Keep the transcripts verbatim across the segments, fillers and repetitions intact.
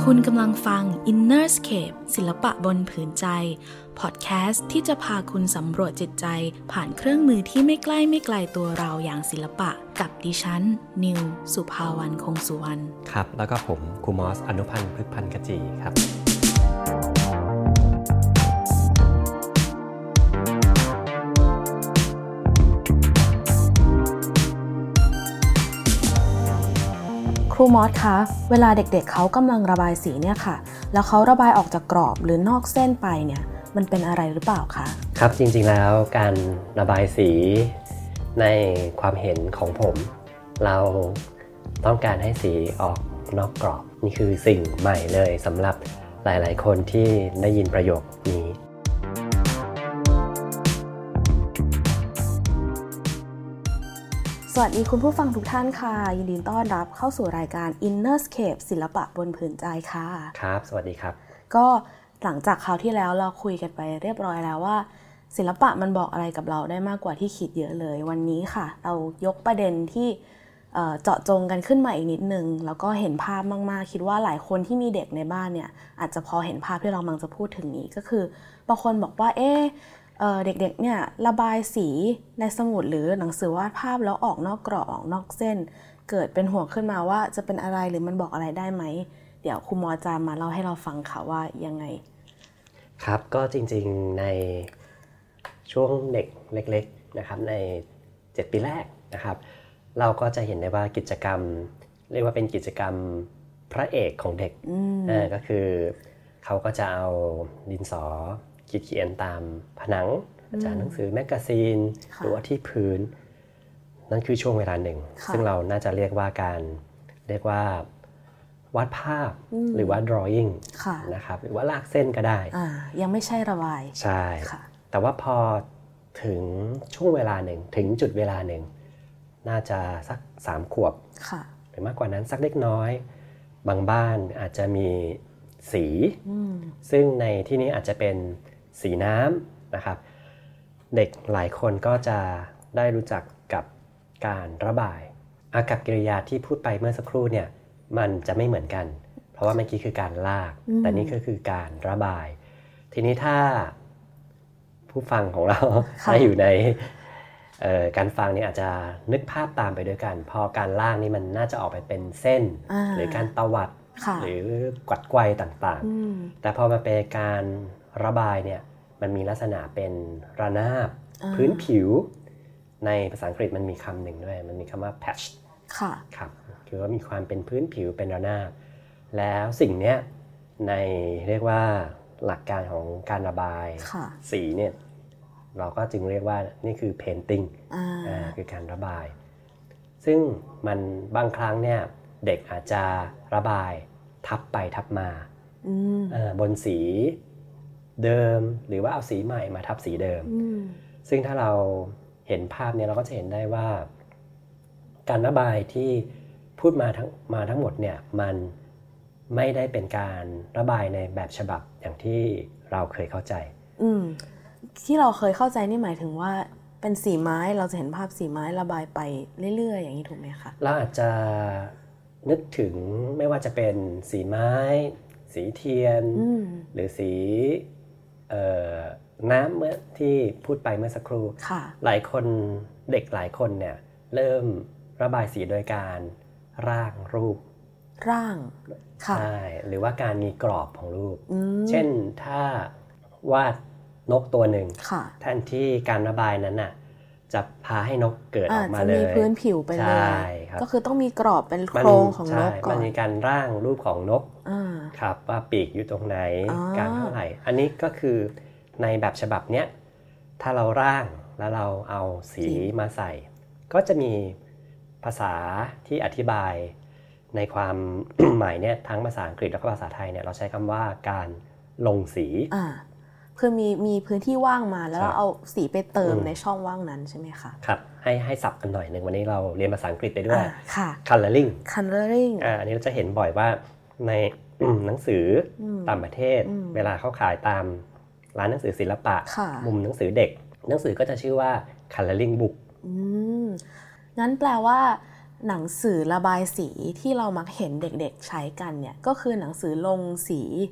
คุณกำลังฟัง Innerscape ศิลปะบนผืนใจพอดแคสต์ที่จะพาคุณสำรวจจิตใจผ่านเครื่องมือที่ไม่ใกล้ไม่ไกลตัวเราอย่างศิลปะกับดิฉันนิวสุภาวรรณคงสุวรรณครับแล้วก็ผมครูมอสอนุพันธ์พฤกษ์พันธ์กจีครับครูมอสคะเวลาเด็กๆ เเขากำลังระบายสีเนี่ยค่ะแล้วเขาระบายออกจากกรอบหรือนอกเส้นไปเนี่ยมันเป็นอะไรหรือเปล่าคะครับจริงๆแล้วการระบายสีในความเห็นของผมเราต้องการให้สีออกนอกกรอบนี่คือสิ่งใหม่เลยสำหรับหลายๆคนที่ได้ยินประโยคนี้สวัสดีคุณผู้ฟังทุกท่านค่ะยินดีต้อนรับเข้าสู่รายการ Innerscape ศิลปะบนผืนใจค่ะครับสวัสดีครับก็หลังจากคราวที่แล้วเราคุยกันไปเรียบร้อยแล้วว่าศิลปะมันบอกอะไรกับเราได้มากกว่าที่คิดเยอะเลยวันนี้ค่ะเรายกประเด็นที่เจาะจงกันขึ้นมาอีกนิดนึงแล้วก็เห็นภาพมากๆคิดว่าหลายคนที่มีเด็กในบ้านเนี่ยอาจจะพอเห็นภาพที่เรากำลังจะพูดถึงนี้ก็คือบางคนบอกว่าเอ๊ะเอ่อเด็กๆเนี่ยระบายสีในสมุดหรือหนังสือวาดภาพแล้วออกนอกกรอบออกนอกเส้นเกิดเป็นห่วงขึ้นมาว่าจะเป็นอะไรหรือมันบอกอะไรได้ไหมเดี๋ยวครูมอจะมาเล่าให้เราฟังค่ะว่ายังไงครับก็จริงๆในช่วงเด็กเล็กๆนะครับในเจ็ดปีแรกนะครับเราก็จะเห็นได้ว่ากิจกรรมเรียกว่าเป็นกิจกรรมพระเอกของเด็กอ่าก็คือเขาก็จะเอาดินสอขีดเขียนตามผนังจากหนังสือแมกกาซีนหรือว่าที่พื้นนั่นคือช่วงเวลาหนึ่งซึ่งเราน่าจะเรียกว่าการเรียกว่าวาดภาพหรือว่า drawing นะครับหรือว่าลากเส้นก็ได้ยังไม่ใช่ระบายใช่แต่ว่าพอถึงช่วงเวลาหนึ่งถึงจุดเวลาหนึ่งน่าจะสักสามขวบหรือมากกว่านั้นสักเล็กน้อยบางบ้านอาจจะมีสีซึ่งในที่นี้อาจจะเป็นสีน้ำนะครับเด็กหลายคนก็จะได้รู้จักกับการระบายอากัปกิริยาที่พูดไปเมื่อสักครู่เนี่ยมันจะไม่เหมือนกันเพราะว่าเมื่อกี้คือการลากแต่นี่ก็คือการระบายทีนี้ถ้าผู้ฟังของเราถ้าอยู่ในการฟังนี่อาจจะนึกภาพตามไปด้วยกันพอการลากนี่มันน่าจะออกไปเป็นเส้นหรือการตวัดหรือกวัดไกวต่างๆแต่พอมาเป็นการระบายเนี่ยมันมีลักษณะเป็นระนาบพื้นผิวในภาษาอังกฤษมันมีคำหนึ่งด้วยมันมีคำว่า patch ค่ะครับคือว่ามีความเป็นพื้นผิวเป็นระนาบแล้วสิ่งเนี้ยในเรียกว่าหลักการของการระบายสีเนี่ยเราก็จึงเรียกว่านี่คือ painting อ่าคือการระบายซึ่งมันบางครั้งเนี่ยเด็กอาจจะระบายทับไปทับมาบนสีเดิมหรือว่าเอาสีใหม่มาทับสีเดิมซึ่งถ้าเราเห็นภาพเนี่ยเราก็จะเห็นได้ว่าการระบายที่พูดมาทั้งมาทั้งหมดเนี่ยมันไม่ได้เป็นการระบายในแบบฉบับอย่างที่เราเคยเข้าใจอืมที่เราเคยเข้าใจนี่หมายถึงว่าเป็นสีไม้เราจะเห็นภาพสีไม้ระบายไปเรื่อยๆอย่างนี้ถูกไหมคะเราอาจจะนึกถึงไม่ว่าจะเป็นสีไม้สีเทียนหรือสีน้ำเมื่อที่พูดไปเมื่อสักครู่หลายคนเด็กหลายคนเนี่ยเริ่มระบายสีโดยการร่างรูปร่างใช่หรือว่าการมีกรอบของรูปเช่นถ้าวาดนกตัวหนึ่งแทนที่การระบายนั้นน่ะจะพาให้นกเกิดออกมาเลยจะมีพื้นผิวไปเลยก็คือต้องมีกรอบเป็นโครงของนกก่อนมันมีการร่างรูปของนกครับว่าปีกอยู่ตรงไหนการเท่าไหร่อันนี้ก็คือในแบบฉบับเนี้ยถ้าเราร่างแล้วเราเอาสีมาใส่ก็จะมีภาษาที่อธิบายในความ หมายเนี่ยทั้งภาษาอังกฤษแล้วก็ภาษาไทยเนี่ยเราใช้คำว่าการลงสีคือมีมีพื้นที่ว่างมาแล้วเราเอาสีไปเติมในช่องว่างนั้นใช่ไหมคะครับให้ให้ศัพท์กันหน่อยนึงวันนี้เราเรียนภาษาอังกฤษไปด้วยค่ะ coloring coloring อ่าอันนี้เราจะเห็นบ่อยว่าใน หนังสือต่างประเทศเวลาเขาขายตามร้านหนังสือศิลปะมุมหนังสือเด็กหนังสือก็จะชื่อว่า coloring book อืมงั้นแปลว่าหนังสือระบายสีที่เรามักเห็นเด็กๆใช้กันเนี่ยก็คือหนังสือลงสี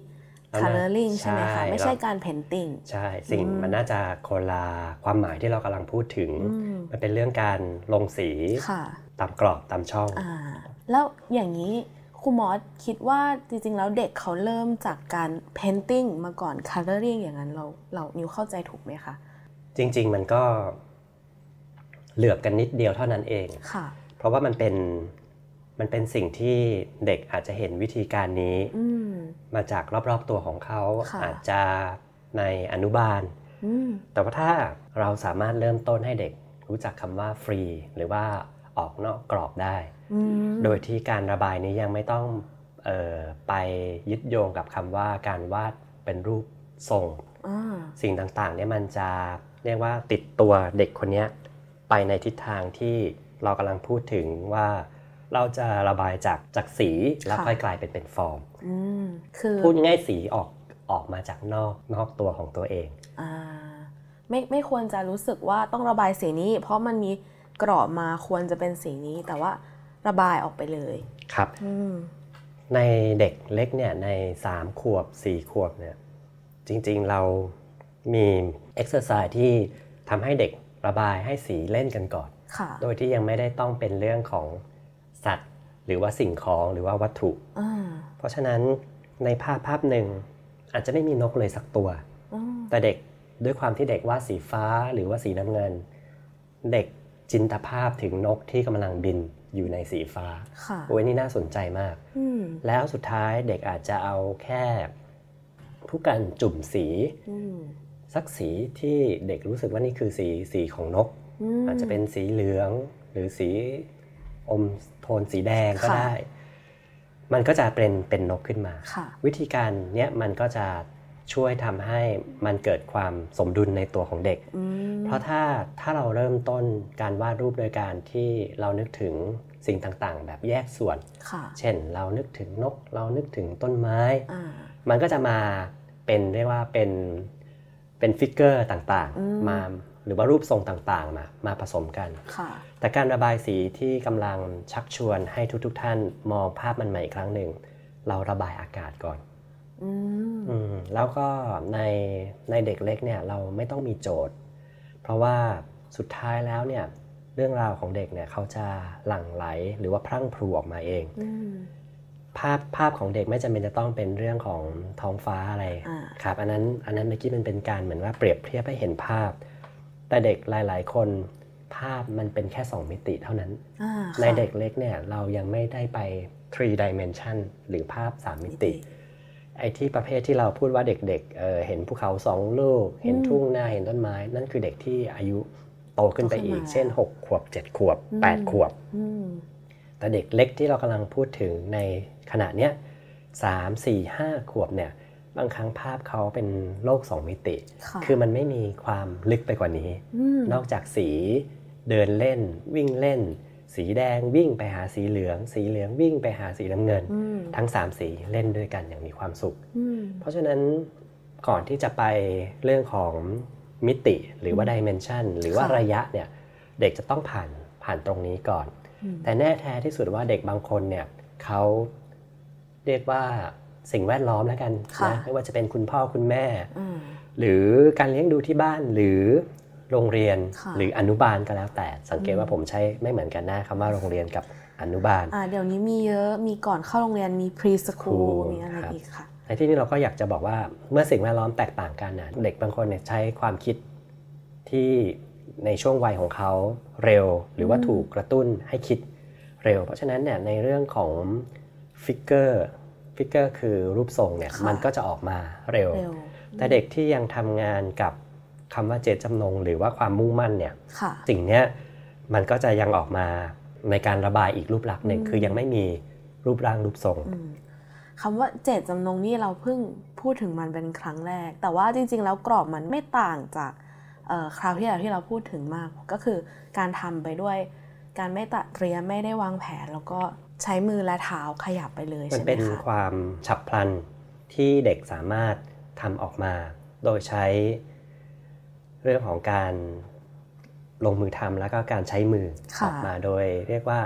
coloring ใช่ไหมคะไม่ใช่การ painting ใช่สิ่งมันน่าจะคนละความหมายที่เรากำลังพูดถึงมันเป็นเรื่องการลงสีตามกรอบตามช่องอ่าแล้วอย่างนี้ครูมอสคิดว่าจริงๆแล้วเด็กเขาเริ่มจากการ painting มาก่อน coloring อย่างนั้นเราเรานิวเข้าใจถูกไหมคะจริงๆมันก็เหลือบกันนิดเดียวเท่านั้นเองค่ะเพราะว่ามันเป็นมันเป็นสิ่งที่เด็กอาจจะเห็นวิธีการนี้มาจากรอบๆตัวของเขาอาจจะในอนุบาลแต่ว่าถ้าเราสามารถเริ่มต้นให้เด็กรู้จักคำว่าฟรีหรือว่าออกนอกกรอบได้โดยที่การระบายนี้ยังไม่ต้องเอ่อไปยึดโยงกับคำว่าการวาดเป็นรูปทรงสิ่งต่างๆเนี่ยมันจะเรียกว่าติดตัวเด็กคนนี้ไปในทิศทางที่เรากำลังพูดถึงว่าเราจะระบายจากจากสีแล้วค่อยกลายเป็นเป็นฟอร์มคือพูดง่ายสีออกออกมาจากนอกนอกตัวของตัวเองอ่าไม่ไม่ควรจะรู้สึกว่าต้องระบายสีนี้เพราะมันมีกรอบมาควรจะเป็นสีนี้แต่ว่าระบายออกไปเลยครับในเด็กเล็กเนี่ยในสามขวบสี่ขวบเนี่ยจริงๆเรามีเอ็กซ์เซอร์ไซส์ที่ทำให้เด็กระบายให้สีเล่นกันก่อนโดยที่ยังไม่ได้ต้องเป็นเรื่องของสัตว์หรือว่าสิ่งของหรือว่าวัตถุเพราะฉะนั้นในภาพภาพหนึ่งอาจจะไม่มีนกเลยสักตัวแต่เด็กด้วยความที่เด็กวาดสีฟ้าหรือว่าสีน้ำเงินเด็กจินตภาพถึงนกที่กำลังบินอยู่ในสีฟ้าโอ้ยนี่น่าสนใจมากแล้วสุดท้ายเด็กอาจจะเอาแค่ผู้กันจุ่มสีสักสีที่เด็กรู้สึกว่านี่คือสีสีของนก อ, อาจจะเป็นสีเหลืองหรือสีอมโทนสีแดงก็ได้มันก็จะเป็นเป็นนกขึ้นมาวิธีการเนี้ยมันก็จะช่วยทำให้มันเกิดความสมดุลในตัวของเด็กเพราะถ้าถ้าเราเริ่มต้นการวาดรูปโดยการที่เรานึกถึงสิ่งต่างๆแบบแยกส่วนเช่นเรานึกถึงนกเรานึกถึงต้นไม้มันก็จะมาเป็นเรียกว่าเป็นเป็นฟิกเกอร์ต่างๆมาหรือว่ารูปทรงต่างๆมามาผสมกันแต่การระบายสีที่กำลังชักชวนให้ทุกๆท่านมองภาพมันใหม่อีกครั้งหนึ่งเราระบายอากาศก่อนอืมแล้วก็ในในเด็กเล็กเนี่ยเราไม่ต้องมีโจทย์เพราะว่าสุดท้ายแล้วเนี่ยเรื่องราวของเด็กเนี่ยเขาจะหลั่งไหลหรือว่าพรั่งพรูออกมาเองภาพภาพของเด็กไม่จำเป็นจะต้องเป็นเรื่องของท้องฟ้าอะไรครับอันนั้นอันนั้นเมื่อกี้มันเป็นการเหมือนว่าเปรียบเทียบให้เห็นภาพแต่เด็กหลายๆคนภาพมันเป็นแค่สองมิติเท่านั้นในเด็กเล็กเนี่ยเรายังไม่ได้ไป three dimension หรือภาพสามมิติไอ้ที่ประเภทที่เราพูดว่าเด็กๆ เอ่อ เห็นภูเขาสองลูกเห็นทุ่งนาเห็นต้นไม้นั่นคือเด็กที่อายุโตขึ้นไปอีกเช่นหกขวบเจ็ดขวบแปดขวบแต่เด็กเล็กที่เรากำลังพูดถึงในขณะเนี้ยสาม สี่ ห้าขวบเนี่ยบางครั้งภาพเขาเป็นโลกสองมิติคือมันไม่มีความลึกไปกว่านี้นอกจากสีเดินเล่นวิ่งเล่นสีแดงวิ่งไปหาสีเหลืองสีเหลืองวิ่งไปหาสีน้ำเงินทั้งสามสีเล่นด้วยกันอย่างมีความสุขเพราะฉะนั้นก่อนที่จะไปเรื่องของมิติหรือว่า dimension หรือว่าระยะเนี่ยเด็กจะต้องผ่านผ่านตรงนี้ก่อนแต่แน่แท้ที่สุดว่าเด็กบางคนเนี่ยเขาเรียกว่าสิ่งแวดล้อมแล้วกันนะไม่ว่าจะเป็นคุณพ่อคุณแม่หรือการเลี้ยงดูที่บ้านหรือโรงเรียนหรืออนุบาลก็แล้วแต่สังเกตว่าผมใช้ไม่เหมือนกันนะคำว่าโรงเรียนกับอนุบาลเดี๋ยวนี้มีเยอะมีก่อนเข้าโรงเรียนมีพรีสคูลมีอะไรอีกค่ะในที่นี้เราก็อยากจะบอกว่าเมื่อสิ่งแวดล้อมแตกต่างกันนะเด็กบางคนเนี่ยใช้ความคิดที่ในช่วงวัยของเขาเร็วหรือว่าถูกกระตุ้นให้คิดเร็วเพราะฉะนั้นเนี่ยในเรื่องของฟิกเกอร์ฟิกเกอร์คือรูปทรงเนี่ยมันก็จะออกมาเร็วแต่เด็กที่ยังทำงานกับคำว่าเจตจำนงหรือว่าความมุ่งมั่นเนี่ยสิ่งนี้มันก็จะยังออกมาในการระบายอีกรูปลักษณ์หนึ่งคือยังไม่มีรูปร่างรูปทรงคำว่าเจตจำนงนี่เราเพิ่งพูดถึงมันเป็นครั้งแรกแต่ว่าจริงๆแล้วกรอบมันไม่ต่างจากคราวที่แล้วที่เราพูดถึงมากก็คือการทำไปด้วยการไม่ตัดเตรียมไม่ได้วางแผนแล้วก็ใช้มือและเท้าขยับไปเลยใช่ไหมคะมันเป็นความฉับพลันที่เด็กสามารถทำออกมาโดยใช้เรื่องของการลงมือทำแล้วก็การใช้มือออกมาโดยเรียกว่า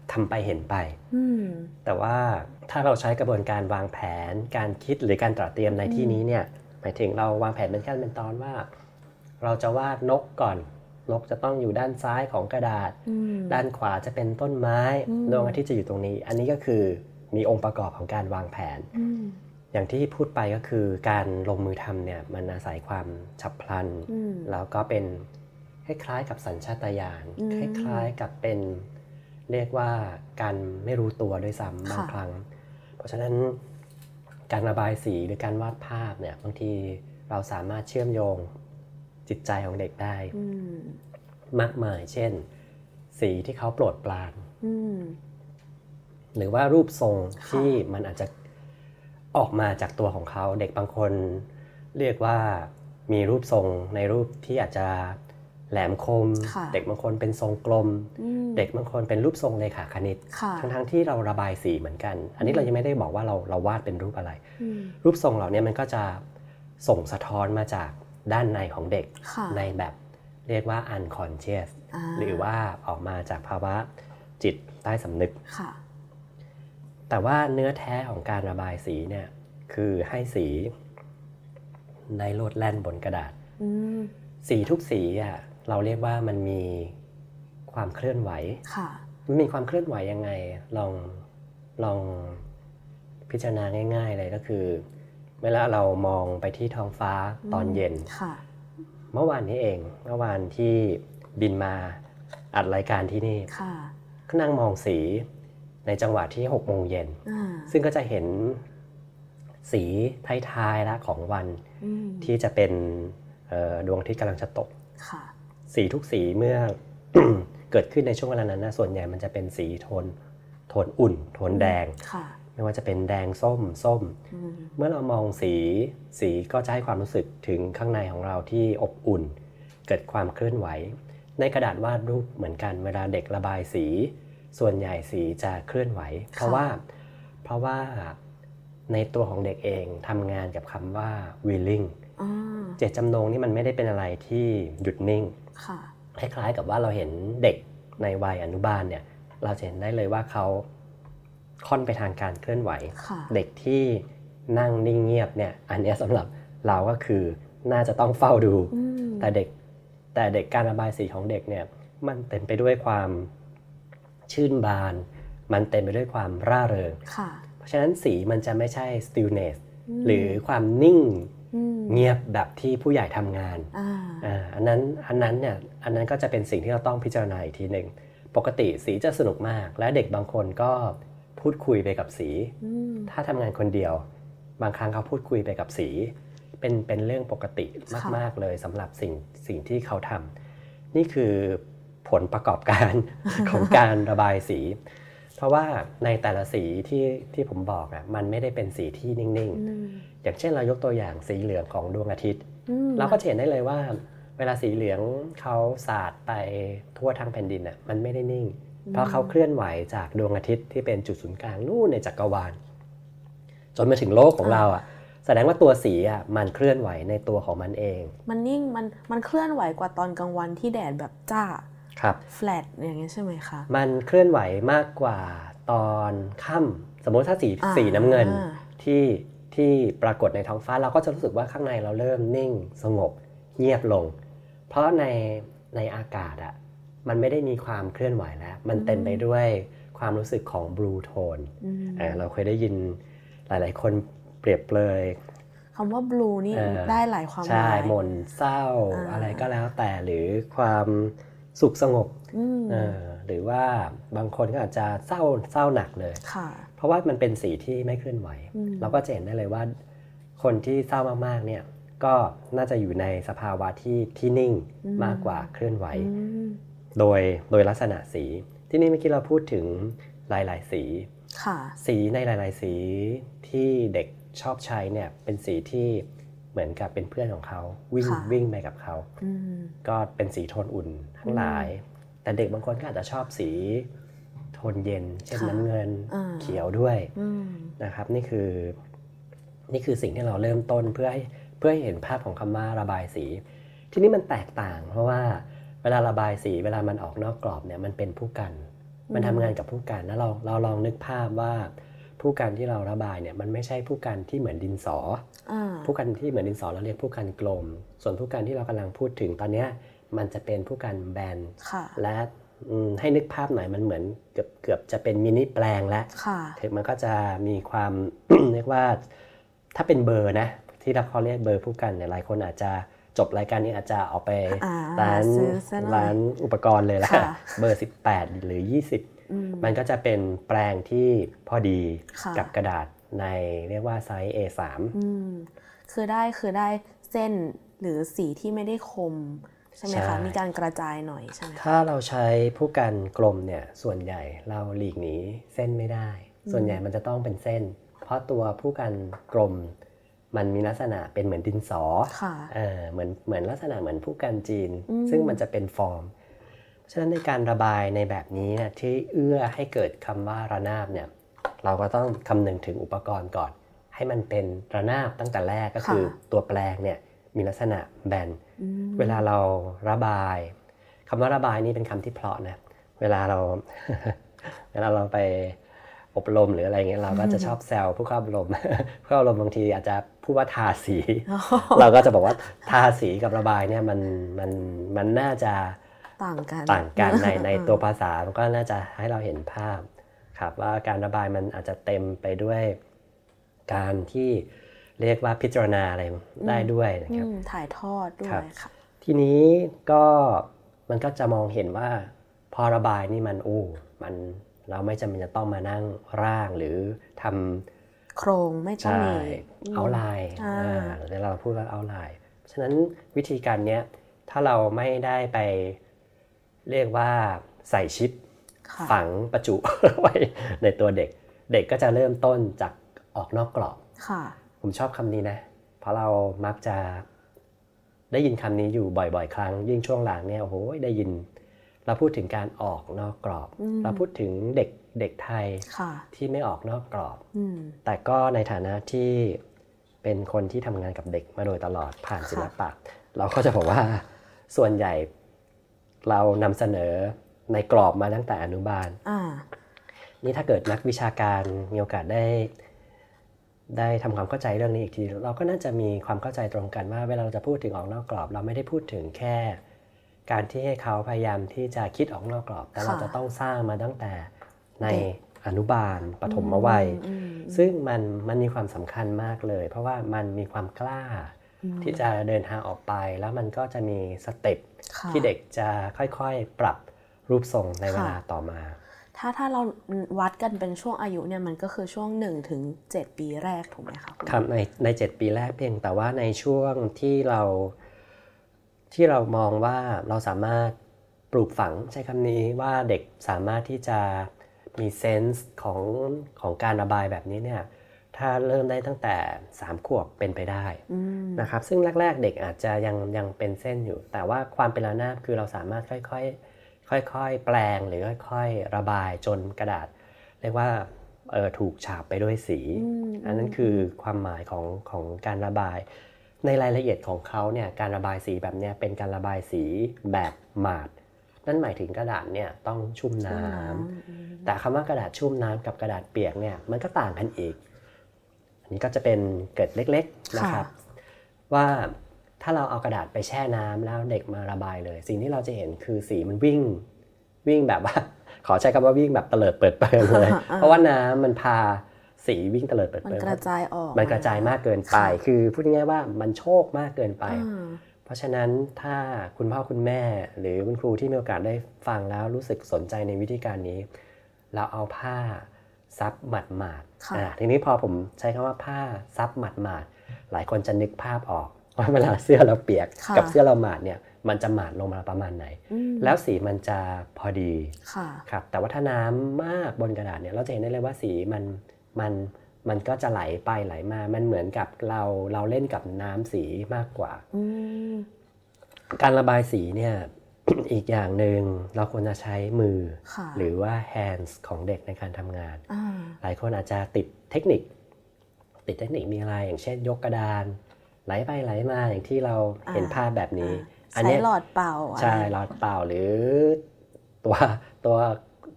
ทำไปเห็นไปแต่ว่าถ้าเราใช้กระบวนการวางแผนการคิดหรือการตระเตรียมในที่นี้เนี่ยหมายถึงเราวางแผนเป็นขั้นเป็นตอนว่าเราจะวาดนกก่อนนกจะต้องอยู่ด้านซ้ายของกระดาษด้านขวาจะเป็นต้นไม้ดวงอาทิตย์จะอยู่ตรงนี้อันนี้ก็คือมีองค์ประกอบของการวางแผนอย่างที่พูดไปก็คือการลงมือทำเนี่ยมันอาศัยความฉับพลันแล้วก็เป็นคล้ายๆกับสัญชาตญาณคล้ายๆกับเป็นเรียกว่าการไม่รู้ตัวด้วยซ้ำบางครั้งเพราะฉะนั้นการระบายสีหรือการวาดภาพเนี่ยบางทีเราสามารถเชื่อมโยงจิตใจของเด็กได้มากมายเช่นสีที่เขาโปรดปรานหรือว่ารูปทรงที่มันอาจจะออกมาจากตัวของเขาเด็กบางคนเรียกว่ามีรูปทรงในรูปที่อาจจะแหลมคมเด็กบางคนเป็นทรงกลมเด็กบางคนเป็นรูปทรงเลขาคณิตทั้งๆที่เราระบายสีเหมือนกันอันนี้เรายังไม่ได้บอกว่าเราเราวาดเป็นรูปอะไรรูปทรงเหล่านี้มันก็จะส่งสะท้อนมาจากด้านในของเด็กในแบบเรียกว่า unconscious หรือว่าออกมาจากภาวะจิตใต้สำนึกแต่ว่าเนื้อแท้ของการระบายสีเนี่ยคือให้สีในโลดแล่นบนกระดาษสีทุกสีอ่ะเราเรียกว่ามันมีความเคลื่อนไหวมันมีความเคลื่อนไหวยังไงลองลองพิจารณาง่ายๆเลยก็คือเวลาเรามองไปที่ท้องฟ้าตอนเย็นเมื่อวานนี้เองเมื่อวานที่บินมาอัดรายการที่นี่ก็นั่งมองสีในจังหวะที่หกโมงเย็นซึ่งก็จะเห็นสีท้ายๆแล้วของวันที่จะเป็นดวงอาทิตย์กำลังจะตกสีทุกสีเมื่อ เกิดขึ้นในช่วงเวลานั้นนะส่วนใหญ่มันจะเป็นสีโทนโทนอุ่นโทนแดงไม่ว่าจะเป็นแดงส้มส้มเมื่อเรามองสีสีก็จะให้ความรู้สึกถึงข้างในของเราที่อบอุ่นเกิดความเคลื่อนไหวในกระดาษวาดรูปเหมือนกันเวลาเด็กระบายสีส่วนใหญ่สีจะเคลื่อนไหวเพราะว่าเพราะว่าในตัวของเด็กเองทำงานกับคำว่า willing เจตจำนงนี่มันไม่ได้เป็นอะไรที่หยุดนิ่งคล้ายๆกับว่าเราเห็นเด็กในวัยอนุบาลเนี่ยเราจะเห็นได้เลยว่าเขาค่อนไปทางการเคลื่อนไหวเด็กที่นั่งนิ่งเงียบเนี่ยอันนี้สำหรับเราก็คือน่าจะต้องเฝ้าดูแต่เด็กแต่เด็กการระบายสีของเด็กเนี่ยมันเต็มไปด้วยความชื่นบานมันเต็มไปด้วยความร่าเริงเพราะฉะนั้นสีมันจะไม่ใช่ stillness หรือความนิ่งเงียบแบบที่ผู้ใหญ่ทำงานอ่าอันนั้นอันนั้นเนี่ยอันนั้นก็จะเป็นสิ่งที่เราต้องพิจารณาอีกทีหนึ่งปกติสีจะสนุกมากและเด็กบางคนก็พูดคุยไปกับสีถ้าทำงานคนเดียวบางครั้งเขาพูดคุยไปกับสีเป็นเป็นเรื่องปกติมากๆเลยสำหรับสิ่งสิ่งที่เขาทำนี่คือผลประกอบการ ของการระบายสีเพราะว่าในแต่ละสีที่ที่ผมบอกอ่ะมันไม่ได้เป็นสีที่นิ่งๆอย่างเช่นเรายกตัวอย่างสีเหลืองของดวงอาทิตย์เราก็เห็นได้เลยว่าเวลาสีเหลืองเขาสาดไปทั่วทั้งแผ่นดินอ่ะมันไม่ได้นิ่งเพราะเขาเคลื่อนไหวจากดวงอาทิตย์ที่เป็นจุดศูนย์กลางนู่นในจักรวาลจนมาถึงโลกของเราอ่ะแสดงว่าตัวสีอ่ะมันเคลื่อนไหวในตัวของมันเองมันนิ่งมันมันเคลื่อนไหวกว่าตอนกลางวันที่แดดแบบจ้าครับ flat อย่างเงี้ยใช่ไหมคะมันเคลื่อนไหวมากกว่าตอนค่ำสมมติถ้าสีสีน้ำเงินที่ที่ปรากฏในท้องฟ้าเราก็จะรู้สึกว่าข้างในเราเริ่มนิ่งสงบเงียบลงเพราะในในอากาศอ่ะมันไม่ได้มีความเคลื่อนไหวแล้วมันเต็มไปด้วยความรู้สึกของ blue tone อ่าเราเคยได้ยินหลายๆคนเปรียบเปรยคำว่า blue นี่ได้หลายความหมายใช่หม่นเศร้าอะไรก็แล้วแต่หรือความสุขสงบหรือว่าบางคนก็อาจจะเศร้าเศร้าหนักเลยเพราะว่ามันเป็นสีที่ไม่เคลื่อนไหวเราก็จะเห็นได้เลยว่าคนที่เศร้ามากๆเนี่ยก็น่าจะอยู่ในสภาวะที่ที่นิ่งมากกว่าเคลื่อนไหวโดยโดยลักษณะสีที่นี่เมื่อกี้เราพูดถึงหลายๆสีสีในหลายๆสีที่เด็กชอบใช้เนี่ยเป็นสีที่เหมือนกับเป็นเพื่อนของเขาวิ่งวิ่งไปกับเขาก็เป็นสีโทนอุ่นทั้งหลายแต่เด็กบางคนก็อาจจะชอบสีโทนเย็นเช่นน้ำเงินเขียวด้วยนะครับนี่คือนี่คือสิ่งที่เราเริ่มต้นเพื่อให้เพื่อให้เห็นภาพของคำว่าระบายสีทีนี้มันแตกต่างเพราะว่าเวลาระบายสีเวลามันออกนอกกรอบเนี่ยมันเป็นผู้กันมันทำงานกับผู้กันแล้วเราเราลองนึกภาพว่าผู้กันที่เราระบายเนี่ยมันไม่ใช่ผู้กันที่เหมือนดินสอผู้กันที่เหมือนดินสอเราเรียกผู้กันกลมส่วนผู้กันที่เรากำลังพูดถึงตอนนี้มันจะเป็นผู้กันแบนและให้นึกภาพหน่อยมันเหมือนเกือบเกือบจะเป็นมินิแปลงแล้วมันก็จะมีความ เรียกว่าถ้าเป็นเบอร์นะที่เราเขาเรียกเบอร์ผู้กันเนี่ยหลายคนอาจจะจบรายการนี้อาจจะเอาไปร้านร้านอุปกรณ์เลยแล้วเบอร์สิบแปดหรือยี่สิบมันก็จะเป็นแปลงที่พอดีกับกระดาษในเรียกว่าไซส์ เอ สามอืมคือได้คือได้เส้นหรือสีที่ไม่ได้คมใช่ไหมคะมีการกระจายหน่อยใช่ไหมถ้าเราใช้ผู้กันกลมเนี่ยส่วนใหญ่เราหลีกหนีเส้นไม่ได้ส่วนใหญ่มันจะต้องเป็นเส้นเพราะตัวผู้กันกลมมันมีลักษณะเป็นเหมือนดินสอเออเหมือนเหมือนลักษณะเหมือนผู้กันจีนซึ่งมันจะเป็นฟอร์มฉะนั้นในการระบายในแบบนี้เนี่ยที่เอื้อให้เกิดคำว่าระนาบเนี่ยเราก็ต้องคำนึงถึงอุปกรณ์ก่อนให้มันเป็นระนาบตั้งแต่แรกก็คือตัวแปลงเนี่ยมีลักษณะแบนเวลาเราระบายคำว่าระบายนี่เป็นคำที่เพราะนะเวลาเรา เวลาเราไปอบรมหรืออะไรเงี้ยเราก็จะชอบแซวผู้เข้าอบรม ผู้เข้าอบรมบางทีอาจจะพูดว่าทาสี เราก็จะบอกว่าทาสีกับระบายเนี่ยมันมันมันน่าจะต่างกันต่างกันในในตัวภาษามันก็น่าจะให้เราเห็นภาพครับว่าการระบายมันอาจจะเต็มไปด้วยการที่เรียกว่าพิจารณาอะไรได้ด้วยนะครับถ่ายทอดด้วยค่ะทีนี้ก็มันก็จะมองเห็นว่าพอระบายนี่มันโอ้มันเราไม่จำเป็นจะต้องมานั่งร่างหรือทำโครงไม่ต้องมีเอาไลน์เดี๋ยวเราพูดว่าเอาไลน์ฉะนั้นวิธีการเนี้ยถ้าเราไม่ได้ไปเรียกว่าใส่ชิปฝังประจุ ไว้ในตัวเด็กเด็กก็จะเริ่มต้นจากออกนอกกรอบผมชอบคำนี้นะเพราะเรามักจะได้ยินคำนี้อยู่บ่อยๆครั้งยิ่งช่วงหลังเนี่ยโอ้โหได้ยินเราพูดถึงการออกนอกกรอบเราพูดถึงเด็กเด็กไทยที่ไม่ออกนอกกรอบแต่ก็ในฐานะที่เป็นคนที่ทำงานกับเด็กมาโดยตลอดผ่านศิลปะเราก็จะบอกว่าส่วนใหญ่เรานำเสนอในกรอบมาตั้งแต่อนุบาลนี่ถ้าเกิดนักวิชาการมีโอกาสได้ได้ทำความเข้าใจเรื่องนี้อีกทีเราก็น่าจะมีความเข้าใจตรงกันว่าเวลาเราจะพูดถึงออกนอกกรอบเราไม่ได้พูดถึงแค่การที่ให้เขาพยายามที่จะคิดออกนอกกรอบแต่เราจะต้องสร้างมาตั้งแต่ในอนุบาลปฐมวัยซึ่งมันมันมีความสำคัญมากเลยเพราะว่ามันมีความกล้าที่จะเดินทางออกไปแล้วมันก็จะมีสเต็ปที่เด็กจะค่อยๆปรับรูปทรงในเวลาต่อมาถ้าถ้าเราวัดกันเป็นช่วงอายุเนี่ยมันก็คือช่วงหนึ่งถึงเจ็ดปีแรกถูกไหมคะครับในในเจ็ดปีแรกเพียงแต่ว่าในช่วงที่เราที่เรามองว่าเราสามารถปลูกฝังใช้คำนี้ว่าเด็กสามารถที่จะมีเซนส์ของของการระบายแบบนี้เนี่ยถ้าเริ่มได้ตั้งแต่สามขวบเป็นไปได้นะครับซึ่งแรกๆเด็กอาจจะยังยังเป็นเส้นอยู่แต่ว่าความเป็นระนาบคือเราสามารถค่อยๆค่อยๆแปลงหรือค่อยๆระบายจนกระดาษเรียกว่าเอ่อถูกฉาบไปด้วยสีอันนั้นคือความหมายของของการระบายในรายละเอียดของเขาเนี่ยการระบายสีแบบนี้เป็นการระบายสีแบบหมาดนั่นหมายถึงกระดาษเนี่ยต้องชุ่มน้ำแต่คำว่ากระดาษชุ่มน้ำกับกระดาษเปียกเนี่ยมันก็ต่างกันอีกอันนี้ก็จะเป็นเกร็ดเล็กๆนะครับว่าถ้าเราเอากระดาษไปแช่น้ำแล้วเด็กมาระบายเลยสิ่งที่เราจะเห็นคือสีมันวิ่งวิ่งแบบว่าขอใช้คำว่าวิ่งแบบเตลิดเปิดเปิงเลย เพราะว่าน้ำมันพาสีวิ่งเตลิดเปิดเปิงมันกระจายออกมันกระจายมากเกินไปคือพูดง่ายๆว่ามันโชคมากเกินไปเพราะฉะนั้นถ้าคุณพ่อคุณแม่หรือคุณครูที่มีโอกาสได้ฟังแล้วรู้สึกสนใจในวิธีการนี้เราเอาผ้าซับหมาดหมาดทีนี้พอผมใช้คำว่าผ้าซับหมาดหมาดหลายคนจะนึกภาพออกว่าเวลาเสื้อเราเปียกกับเสื้อเราหมาดเนี่ยมันจะหมาดลงมาประมาณไหนแล้วสีมันจะพอดีครับแต่ว่าถ้าน้ำมากบนกระดาษเนี่ยเราจะเห็นได้เลยว่าสีมันมันมันก็จะไหลไปไหลมามันเหมือนกับเราเราเล่นกับน้ำสีมากกว่าการระบายสีเนี่ย อีกอย่างหนึ่งเราควรจะใช้มือหรือว่า hands ของเด็กในการทำงานหลายคนอาจจะติดเทคนิคติดเทคนิคมีอะไรอย่างเช่นยกกระดานไหลไปไหลมาอย่างที่เราเห็นภาพแบบนี้อันนี้ใช้หลอดเป่าใช่หลอดเป่าหรือตัวตัว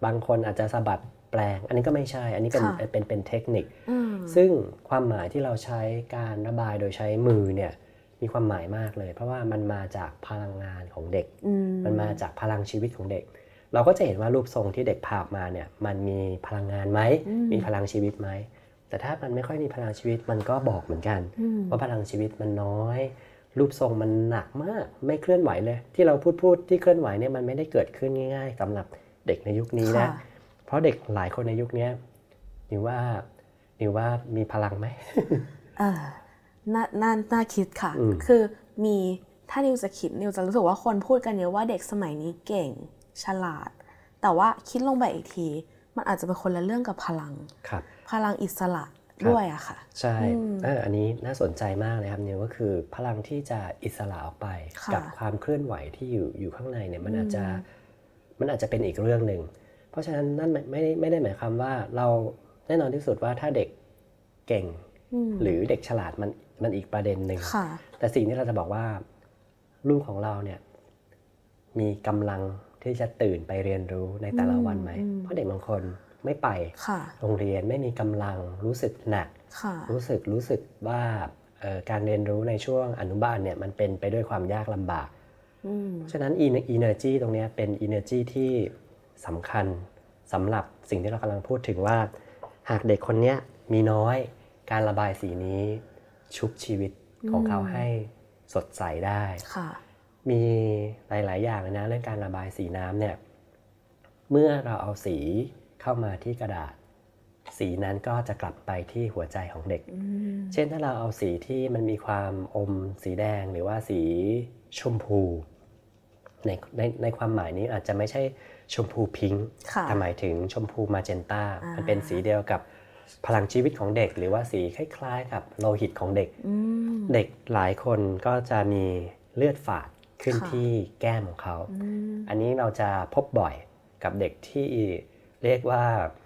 บางคนอาจจะสะบัดแปลงอันนี้ก็ไม่ใช่อันนี้เป็นเป็นเป็นเทคนิคซึ่งความหมายที่เราใช้การระบายโดยใช้มือเนี่ยมีความหมายมากเลยเพราะว่ามันมาจากพลังงานของเด็กมันมาจากพลังชีวิตของเด็กเราก็จะเห็นว่ารูปทรงที่เด็กพาออกมาเนี่ยมันมีพลังงานไหมมีพลังชีวิตไหมแต่ถ้ามันไม่ค่อยมีพลังชีวิตมันก็บอกเหมือนกันว่าพลังชีวิตมันน้อยรูปทรงมันหนักมากไม่เคลื่อนไหวเลยที่เราพูดพูดที่เคลื่อนไหวเนี่ยมันไม่ได้เกิดขึ้นง่ายๆสำหรับเด็กในยุคนี้นะเพราะเด็กหลายคนในยุคนี้นิวว่านิวว่ามีพลังไหมเออน่าน่าน่าคิดค่ะคือมีถ้านิวจะคิดนิวจะรู้สึกว่าคนพูดกันเยอะว่าเด็กสมัยนี้เก่งฉลาดแต่ว่าคิดลงไปอีกทีมันอาจจะเป็นคนละเรื่องกับพลังพลังอิสระด้วยอะค่ะใช่เอออันนี้น่าสนใจมากเลยครับนิวก็คือพลังที่จะอิสระออกไปกับความเคลื่อนไหวที่อยู่อยู่ข้างในเนี่ยมันอาจจะมันอาจจะเป็นอีกเรื่องหนึ่งเพราะฉะนั้นนั่นไม่ไม่ได้หมายความว่าเราแน่นอนที่สุดว่าถ้าเด็กเก่งหรือเด็กฉลาดมันมันอีกประเด็นหนึ่งแต่สิ่งที่เราจะบอกว่าลูกของเราเนี่ยมีกำลังที่จะตื่นไปเรียนรู้ในแต่ละวันไหมเพราะเด็กบางคนไม่ไปโรงเรียนไม่มีกำลังรู้สึกหนักรู้สึกรู้สึกว่าการเรียนรู้ในช่วงอนุบาลเนี่ยมันเป็นไปด้วยความยากลำบากเพราะฉะนั้น energy ตรงนี้เป็น energy ที่สำคัญสำหรับสิ่งที่เรากำลังพูดถึงว่าหากเด็กคนนี้มีน้อยการระบายสีนี้ชุบชีวิตของเขาให้สดใสได้มีหลายๆอย่างเลยนะเรื่องการระบายสีน้ำเนี่ยเมื่อเราเอาสีเข้ามาที่กระดาษสีนั้นก็จะกลับไปที่หัวใจของเด็กเช่นถ้าเราเอาสีที่มันมีความอมสีแดงหรือว่าสีชมพูในในในความหมายนี้อาจจะไม่ใช่ชมพูพิงค์แต่หมายถึงชมพูมาเจนต้ามันเป็นสีเดียวกับพลังชีวิตของเด็กหรือว่าสีคล้ายๆกับโลหิตของเด็กเด็กหลายคนก็จะมีเลือดฝาดขึ้นที่แก้มของเขาอันนี้เราจะพบบ่อยกับเด็กที่เรียกว่า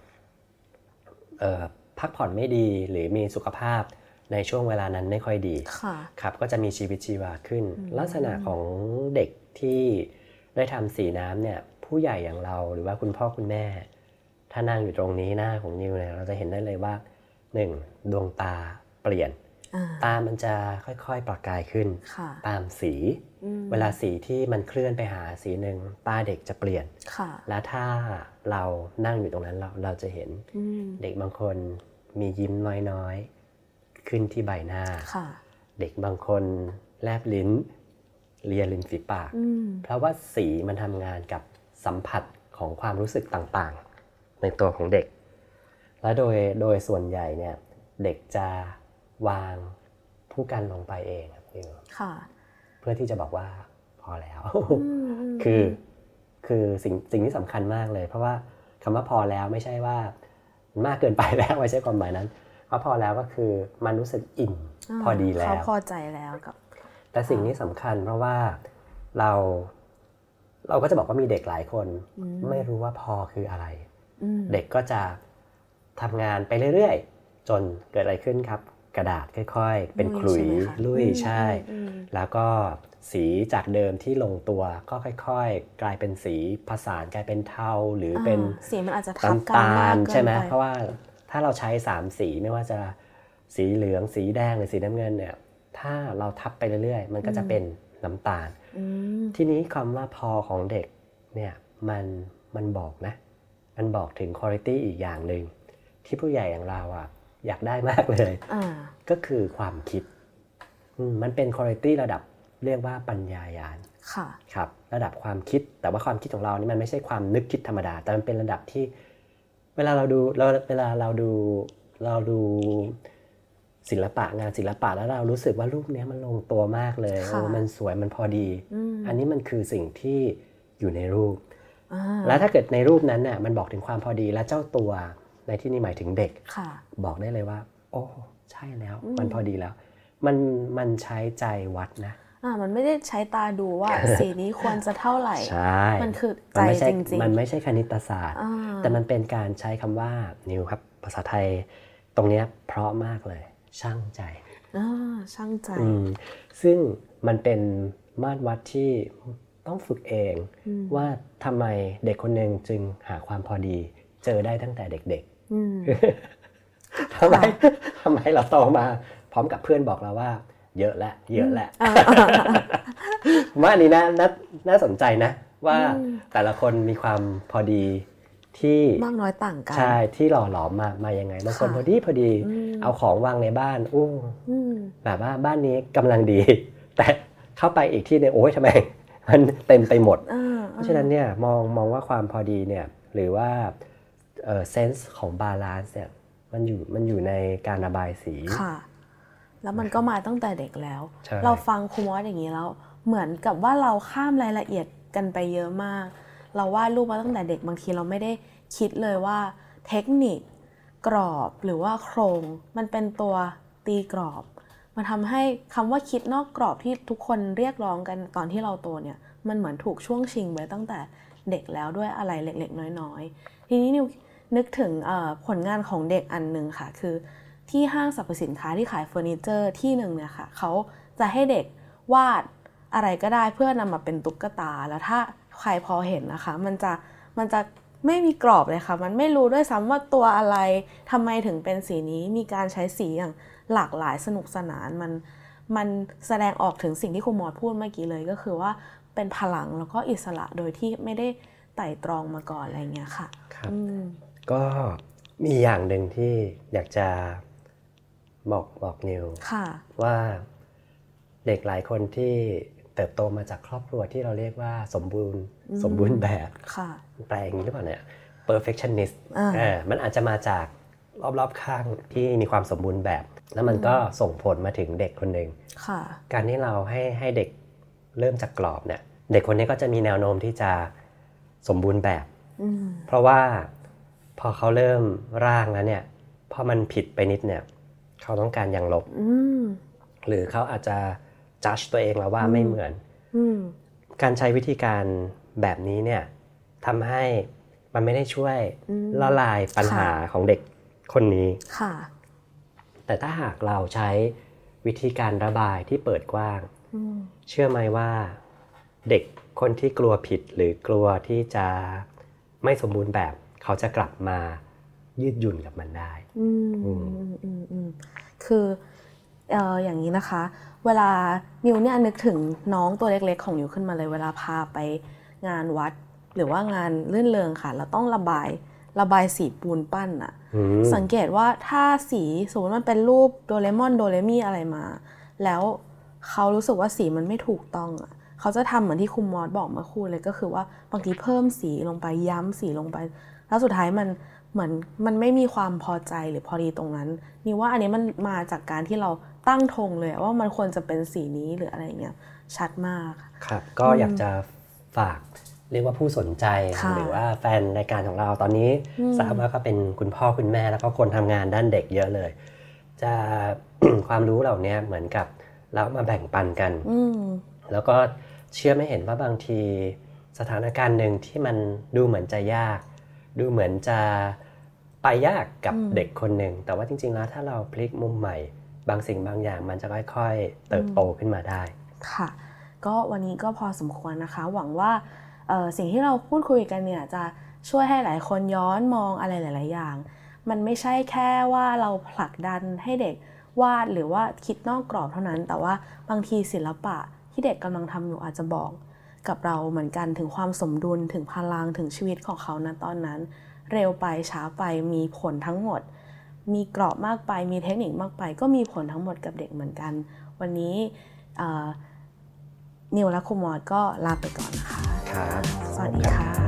พักผ่อนไม่ดีหรือมีสุขภาพในช่วงเวลานั้นไม่ค่อยดีครับก็จะมีชีวิตชีวาขึ้นลักษณะของเด็กที่ได้ทำสีน้ำเนี่ยผู้ใหญ่อย่างเราหรือว่าคุณพ่อคุณแม่ถ้านั่งอยู่ตรงนี้หน้าของนิวเนี่ยเราจะเห็นได้เลยว่าหนึ่งดวงตาเปลี่ยนตามันจะค่อยๆประกายขึ้นตามสีเวลาสีที่มันเคลื่อนไปหาสีหนึ่งตาเด็กจะเปลี่ยนและถ้าเรานั่งอยู่ตรงนั้นเราเราจะเห็นเด็กบางคนมียิ้มน้อยๆขึ้นที่ใบหน้าเด็กบางคนแลบลิ้นเลียริมฝีปากเพราะว่าสีมันทำงานกับสัมผัสของความรู้สึกต่างๆในตัวของเด็กและโดยโดยส่วนใหญ่เนี่ยเด็กจะวางผู้กันลงไปเองค่ะเพื่อที่จะบอกว่าพอแล้วคือคือสิ่งสิ่งที่สำคัญมากเลยเพราะว่าคำว่าพอแล้วไม่ใช่ว่ามากเกินไปแล้วไม่ใช่ความหมายนั้นเพราะพอแล้วก็คือมันรู้สึกอิ่มพอดีแล้วเขาพอใจแล้วกับแต่สิ่งนี้สำคัญเพราะว่าเราเราก็จะบอกว่ามีเด็กหลายคนไม่รู้ว่าพอคืออะไรเด็กก็จะทำงานไปเรื่อยๆจนเกิดอะไรขึ้นครับกระดาษค่อยๆเป็นขลุ่ยลุยใช่แล้วก็สีจากเดิมที่ลงตัวก็ค่อยๆกลายเป็นสีผสานกลายเป็นเทาหรือเป็นสีมันอาจจะทับกันมากเกินไปใช่ไหมเพราะว่าถ้าเราใช้สามสีไม่ว่าจะสีเหลืองสีแดงหรือสีน้ำเงินเนี่ยถ้าเราทับไปเรื่อยๆมันก็จะเป็นน้ำตาลทีนี้คำว่าพอของเด็กเนี่ยมันมันบอกนะมันบอกถึงคุณภาพอีกอย่างหนึ่งที่ผู้ใหญ่อย่างเราอ่ะอยากได้มากเลยก็คือความคิดมันเป็นคุณภาพระดับเรียกว่าปัญญาญาณครับระดับความคิดแต่ว่าความคิดของเรานี่มันไม่ใช่ความนึกคิดธรรมดาแต่มันเป็นระดับที่เวลาเราดูเราเวลาเราดูเราดูศิลปะงานศิลปะแล้วเรารู้สึกว่ารูปนี้มันลงตัวมากเลยโอ้มันสวยมันพอดีอันนี้มันคือสิ่งที่อยู่ในรูปแล้วถ้าเกิดในรูปนั้นน่ะมันบอกถึงความพอดีและเจ้าตัวในที่นี้หมายถึงเด็กบอกได้เลยว่าโอ้ใช่แล้วมันพอดีแล้วมันมันใช้ใจวัดนะอ่ามันไม่ได้ใช้ตาดูว่า สีนี้ควรจะเท่าไหร่ใช่มันคือใจจริงๆมันไม่ใช่คณิตศาสตร์แต่มันเป็นการใช้คำว่านิวครับภาษาไทยตรงนี้เพราะมากเลยช่างใจอ่าช่างใจซึ่งมันเป็นมาตรวัดที่ต้องฝึกเองว่าทำไมเด็กคนหนึ่งจึงหาความพอดีเจอได้ตั้งแต่เด็กๆทำไมทำไมเราโตมาพร้อมกับเพื่อนบอกเราว่าเยอะแล้วเยอะแล้วว่าอันนี้นะน่าน่าสนใจนะว่าแต่ละคนมีความพอดีที่มากน้อยต่างกันใช่ที่หล่อหลอมมามายังไงบางคนพอดีพอดีเอาของวางในบ้านอู้แบบว่าบ้านนี้กำลังดีแต่เข้าไปอีกที่นึงโอ้ยทำไมมันเต็มไปหมดเพราะฉะนั้นเนี่ยมองมองว่าความพอดีเนี่ยหรือว่าเอ่อเซนส์ของบาลานซ์เนี่ยมันอยู่มันอยู่ในการระบายสีค่ะแล้วมันก็มาตั้งแต่เด็กแล้วเราฟังครูมอสอย่างนี้แล้วเหมือนกับว่าเราข้ามรายละเอียดกันไปเยอะมากเราวาดรูปมาตั้งแต่เด็กบางทีเราไม่ได้คิดเลยว่าเทคนิคกรอบหรือว่าโครงมันเป็นตัวตีกรอบมันทำให้คำว่าคิดนอกกรอบที่ทุกคนเรียกร้องกันตอนที่เราโตเนี่ยมันเหมือนถูกช่วงชิงไว้ตั้งแต่เด็กแล้วด้วยอะไรเล็กๆน้อยๆทีนี้นิวนึกถึงผลงานของเด็กอันนึงค่ะคือที่ห้างสรรพสินค้าที่ขายเฟอร์นิเจอร์ที่หนึ่งเนี่ยค่ะเขาจะให้เด็กวาดอะไรก็ได้เพื่อนำมาเป็นตุ๊กตาแล้วถ้าใครพอเห็นนะคะมันจะมันจะไม่มีกรอบเลยค่ะมันไม่รู้ด้วยซ้ำว่าตัวอะไรทำไมถึงเป็นสีนี้มีการใช้สีอย่างหลากหลายสนุกสนานมันมันแสดงออกถึงสิ่งที่ครูมอสพูดเมื่อกี้เลยก็คือว่าเป็นพลังแล้วก็อิสระโดยที่ไม่ได้ไต่ตรองมาก่อนอะไรเงี้ยค่ะครับก็มีอย่างหนึ่งที่อยากจะบอกบอกนิวว่าเด็กหลายคนที่เติบโตมาจากครอบครัวที่เราเรียกว่าสมบูรณ์สมบูรณ์แบบแปลอย่างนี้หรือเปล่าเนี่ย perfectionist อ่ามันอาจจะมาจากรอบๆข้างที่มีความสมบูรณ์แบบแล้วมันก็ส่งผลมาถึงเด็กคนหนึ่งการที่เราให้ให้เด็กเริ่มจากกรอบเนี่ยเด็กคนนี้ก็จะมีแนวโน้มที่จะสมบูรณ์แบบเพราะว่าพอเขาเริ่มร่างแล้วเนี่ยพอมันผิดไปนิดเนี่ยเขาต้องการอย่างลบหรือเขาอาจจะจัดตัวเองแล้วว่าไม่เหมือนการใช้วิธีการแบบนี้เนี่ยทำให้มันไม่ได้ช่วยละลายปัญหาของเด็กคนนี้แต่ถ้าหากเราใช้วิธีการระบายที่เปิดกว้างเชื่อไหมว่าเด็กคนที่กลัวผิดหรือกลัวที่จะไม่สมบูรณ์แบบเขาจะกลับมายืดหยุ่นกับมันได้คือเอ่ออย่างนี้นะคะเวลานิวเนี่ยนึกถึงน้องตัวเล็กๆของนิวขึ้นมาเลยเวลาพาไปงานวัดหรือว่างานลื่นเริงค่ะเราต้องระบายระบายสีปูนปั้นอะสังเกตว่าถ้าสีสมมติมันเป็นรูปโดเรมอนโดเรมี่อะไรมาแล้วเขารู้สึกว่าสีมันไม่ถูกต้องอะเขาจะทำเหมือนที่ครูมอสบอกเมื่อครู่เลยก็คือว่าบางทีเพิ่มสีลงไปย้ำสีลงไปแล้วสุดท้ายมันเหมือนมันไม่มีความพอใจหรือพอดีตรงนั้นนี่ว่าอันนี้มันมาจากการที่เราตั้งธงเลยว่ามันควรจะเป็นสีนี้หรืออะไรเงี้ยชัดมากครับก็อยากจะฝากเรียกว่าผู้สนใจหรือว่าแฟนรายการของเราตอนนี้ทราบว่าก็เป็นคุณพ่อคุณแม่แล้วก็คนทำงานด้านเด็กเยอะเลยจะ ความรู้เหล่านี้เหมือนกับเรามาแบ่งปันกันแล้วก็เชื่อไม่เห็นว่าบางทีสถานการณ์หนึ่งที่มันดูเหมือนจะยากดูเหมือนจะไปยากกับเด็กคนหนึ่งแต่ว่าจริงๆแล้วถ้าเราพลิกมุมใหม่บางสิ่งบางอย่างมันจะค่อยๆเติบโตขึ้นมาได้ค่ะก็วันนี้ก็พอสมควรนะคะหวังว่าสิ่งที่เราพูดคุยกันเนี่ยจะช่วยให้หลายคนย้อนมองอะไรหลายๆอย่างมันไม่ใช่แค่ว่าเราผลักดันให้เด็กวาดหรือว่าคิดนอกกรอบเท่านั้นแต่ว่าบางทีศิลปะที่เด็กกำลังทำอยู่อาจจะบอกกับเราเหมือนกันถึงความสมดุลถึงพลังถึงชีวิตของเขาณตอนนั้นเร็วไปช้าไปมีผลทั้งหมดมีกรอบมากไปมีเทคนิคมากไปก็มีผลทั้งหมดกับเด็กเหมือนกันวันนี้นิวและครูมอสก็ลาไปก่อนนะคะครับสวัสดีค่ะ